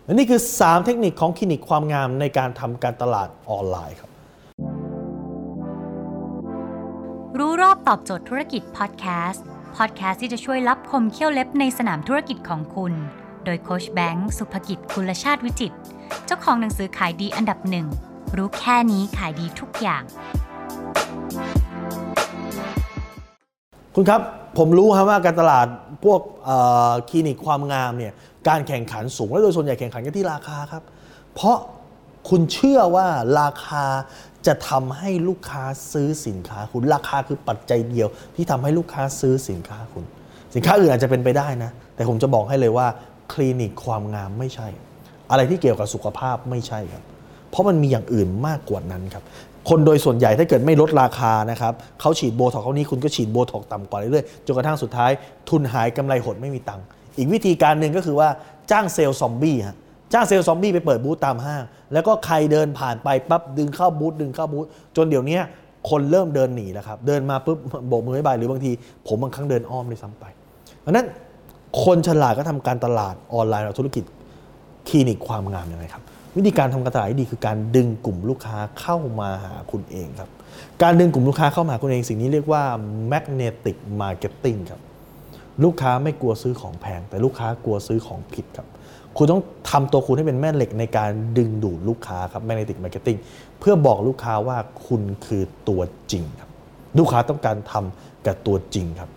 และนี่คือ3เทคนิคของคลินิกความงามในการทำการตลาดออนไลน์ครับรู้รอบตอบโจทย์ธุรกิจพอดแคสต์ที่จะช่วยลับคมเขี้ยวเล็บในสนามธุรกิจของคุณโดยโค้ชแบงค์สุภกิจกุลชาติวิจิตรเจ้าของหนังสือขายดีอันดับ1รู้แค่นี้ขายดีทุกอย่างคุณครับผมรู้ครับว่าการตลาดพวกคลินิกความงามเนี่ยการแข่งขันสูงและโดยส่วนใหญ่แข่งขันกันที่ราคาครับเพราะคุณเชื่อว่าราคาจะทำให้ลูกค้าซื้อสินค้าคุณราคาคือปัจจัยเดียวที่ทำให้ลูกค้าซื้อสินค้าคุณสินค้าอื่นอาจจะเป็นไปได้นะแต่ผมจะบอกให้เลยว่าคลินิกความงามไม่ใช่อะไรที่เกี่ยวกับสุขภาพไม่ใช่ครับเพราะมันมีอย่างอื่นมากกว่านั้นครับคนโดยส่วนใหญ่ถ้าเกิดไม่ลดราคานะครับเขาฉีดโบท็อกซ์เขานี้คุณก็ฉีดโบท็อกซ์ต่ำกว่าเรื่อยๆจนกระทั่งสุดท้ายทุนหายกำไรหดไม่มีตังค์อีกวิธีการหนึ่งก็คือว่าจ้างเซลล์ซอมบี้ฮะจ้างเซลล์ซอมบี้ไปเปิดบูธตามห้างแล้วก็ใครเดินผ่านไปปั๊บดึงเข้าบูธจนเดี๋ยวนี้คนเริ่มเดินหนีแล้วครับเดินมาปุ๊บโบกมือบ๊ายบายหรือบางทีผมบางครั้งเดินอ้อมด้วยซ้ำไปเพราะนั้นคนฉลาดก็ทำการตลาดออนไลน์หรือธุรกิจคลินิกความงามยังไงครับวิธีการทำการตลาดที่ดีคือการดึงกลุ่มลูกค้าเข้ามาหาคุณเองครับการดึงกลุ่มลูกค้าเข้ามาหาคุณเองสิ่งนี้เรียกว่า magnetic marketing ครับลูกค้าไม่กลัวซื้อของแพงแต่ลูกค้ากลัวซื้อของผิดครับคุณต้องทำตัวคุณให้เป็นแม่เหล็กในการดึงดูดลูกค้าครับ magnetic marketing เพื่อบอกลูกค้าว่าคุณคือตัวจริงครับลูกค้าต้องการทำกับตัวจริงครับ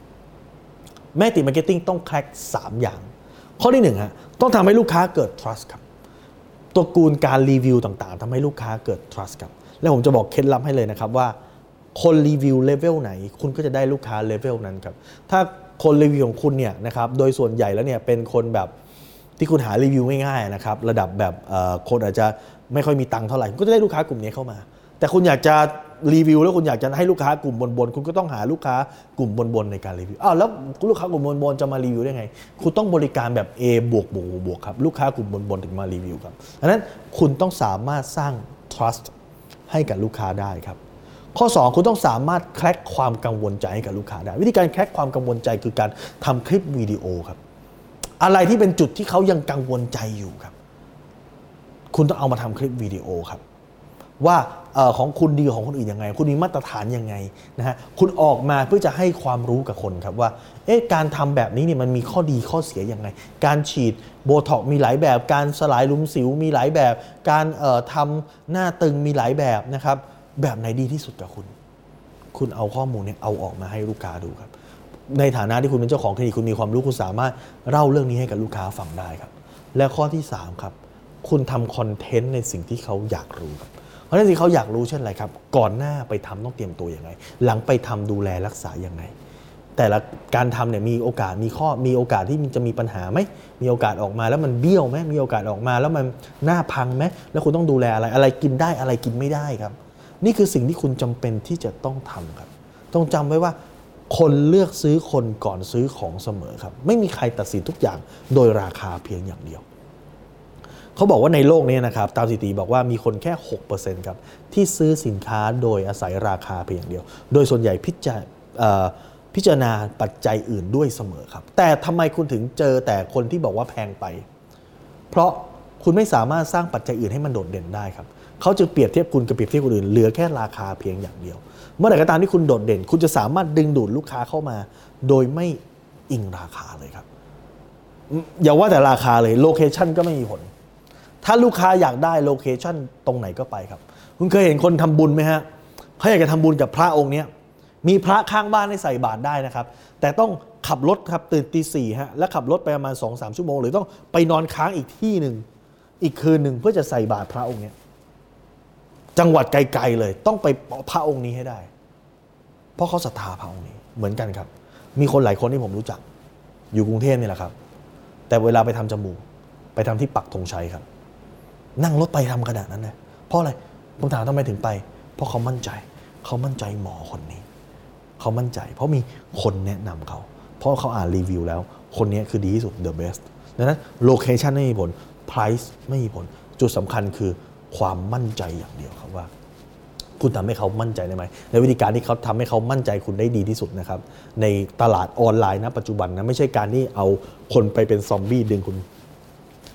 magnetic marketing ต้องแคร็ก3อย่างข้อที่1ฮะต้องทำให้ลูกค้าเกิด trust ครับตัวกูลการรีวิวต่างๆทำให้ลูกค้าเกิด trust ครับและผมจะบอกเคล็ดลับให้เลยนะครับว่าคนรีวิวเลเวลไหนคุณก็จะได้ลูกค้าเลเวลนั้นครับถ้าคนรีวิวของคุณเนี่ยนะครับโดยส่วนใหญ่แล้วเนี่ยเป็นคนแบบที่คุณหารีวิวง่ายๆนะครับระดับแบบคนอาจจะไม่ค่อยมีตังค์เท่าไหร่ก็จะได้ลูกค้ากลุ่มนี้เข้ามาแต่คุณอยากจะรีวิวแล้วคุณอยากจะให้ลูกค้ากลุ่มบนๆคุณก็ต้องหาลูกค้ากลุ่มบนๆในการรีวิวแล้วลูกค้ากลุ่มบนๆจะมารีวิวได้ไงคุณต้องบริการแบบ A บวกครับลูกค้ากลุ่มบนๆถึงมารีวิวครับดังนั้นคุณต้องสามารถสร้าง trust ให้กับลูกค้าได้ครับข้อ2คุณต้องสามารถแคร็กความกังวลใจให้กับลูกค้าได้วิธีการแคร็กความกังวลใจคือการทำคลิปวิดีโอครับอะไรที่เป็นจุดที่เขายังกังวลใจอยู่ครับคุณต้องเอามาทำคลิปวิดีโอครับว่าของคุณดีกว่าของคนอื่นยังไงคุณมีมาตรฐานยังไงนะฮะคุณออกมาเพื่อจะให้ความรู้กับคนครับว่าการทำแบบนี้เนี่ยมันมีข้อดีข้อเสียยังไงการฉีดโบท็อกซ์มีหลายแบบการสลายหลุมสิวมีหลายแบบการทำหน้าตึงมีหลายแบบนะครับแบบไหนดีที่สุดกับคุณเอาข้อมูลเนี่ยเอาออกมาให้ลูกค้าดูครับในฐานะที่คุณเป็นเจ้าของคลินิกคุณมีความรู้คุณสามารถเล่าเรื่องนี้ให้กับลูกค้าฟังได้ครับและข้อที่3ครับคุณทำคอนเทนต์ในสิ่งที่เขาอยากรู้ครับเพราะฉะนั้นสิ่งเขาอยากรู้เช่นอะไรครับก่อนหน้าไปทำต้องเตรียมตัวยังไงหลังไปทำดูแลรักษายังไงแต่ละการทำเนี่ยมีโอกาสที่มันจะมีปัญหาไหมมีโอกาสออกมาแล้วมันเบี้ยวไหมมีโอกาสออกมาแล้วมันหน้าพังไหมแล้วคุณต้องดูแลอะไรกินได้อะไรกินไม่ได้ครับนี่คือสิ่งที่คุณจำเป็นที่จะต้องทำครับต้องจำไว้ว่าคนเลือกซื้อคนก่อนซื้อของเสมอครับไม่มีใครตัดสินทุกอย่างโดยราคาเพียงอย่างเดียวเขาบอกว่าในโลกนี้นะครับตามสถิติบอกว่ามีคนแค่ 6% ครับที่ซื้อสินค้าโดยอาศัยราคาเพียงอย่างเดียวโดยส่วนใหญ่พิจารณาปัจจัยอื่นด้วยเสมอครับแต่ทำไมคุณถึงเจอแต่คนที่บอกว่าแพงไปเพราะคุณไม่สามารถสร้างปัจจัยอื่นให้มันโดดเด่นได้ครับเขาจึงเปรียบเทียบคุณกับเปรียบเทียบคนอื่นเหลือแค่ราคาเพียงอย่างเดียวเมื่อไหร่ก็ตามที่คุณโดดเด่นคุณจะสามารถดึงดูดลูกค้าเข้ามาโดยไม่อิงราคาเลยครับอย่าว่าแต่ราคาเลยโลเคชั่นก็ไม่มีผลถ้าลูกค้าอยากได้โลเคชั่นตรงไหนก็ไปครับคุณเคยเห็นคนทำบุญไหมฮะเขาอยากจะทำบุญกับพระองค์นี้มีพระข้างบ้านให้ใส่บาตรได้นะครับแต่ต้องขับรถครับตื่นตี 4ฮะแล้วขับรถไปประมาณ 2-3 ชั่วโมงหรือต้องไปนอนค้างอีกที่หนึ่งอีกคืนหนึ่งเพื่อจะใส่บาตรพระองค์นี้จังหวัดไกลๆเลยต้องไปพระองค์นี้ให้ได้เพราะเขาศรัทธาพระองค์นี้เหมือนกันครับมีคนหลายคนที่ผมรู้จักอยู่กรุงเทพนี่แหละครับแต่เวลาไปทำจมูกไปทำที่ปักธงชัยครับนั่งรถไปทำขนาดนั้นเลยเพราะอะไรผมถามทำไมถึงไปเพราะเขามั่นใจหมอคนนี้เขามั่นใจเพราะมีคนแนะนำเขาเพราะเขาอ่านรีวิวแล้วคนนี้คือดีที่สุด the best ดังนั้นโลเคชันไม่มีผล price ไม่มีผลจุดสำคัญคือความมั่นใจอย่างเดียวครับว่าคุณทำให้เขามั่นใจได้ไหมในวิธีการที่เขาทำให้เขามั่นใจคุณได้ดีที่สุดนะครับในตลาดออนไลน์ณปัจจุบันนะไม่ใช่การที่เอาคนไปเป็นซอมบี้ดึงคุณ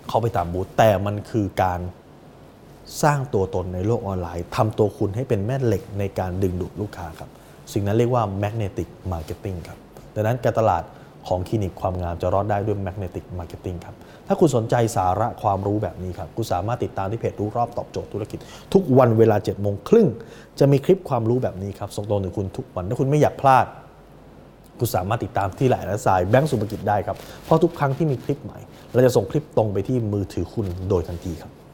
เข้าไปตามบูธแต่มันคือการสร้างตัวตนในโลกออนไลน์ทำตัวคุณให้เป็นแม่เหล็กในการดึงดูดลูกค้าครับสิ่งนั้นเรียกว่า magnetic marketing ครับดังนั้นการตลาดของคลินิกความงามจะรอดได้ด้วย magnetic marketing ครับถ้าคุณสนใจสาระความรู้แบบนี้ครับคุณสามารถติดตามที่เพจรู้รอบตอบโจทย์ธุรกิจทุกวันเวลา 7:30 น.จะมีคลิปความรู้แบบนี้ครับส่งตรงถึงคุณทุกวันถ้าคุณไม่อยากพลาดคุณสามารถติดตามที่ไลน์และสายแบงก์สุภกิจได้ครับเพราะทุกครั้งที่มีคลิปใหม่เราจะส่งคลิปตรงไปที่มือถือคุณโดยทันทีครับ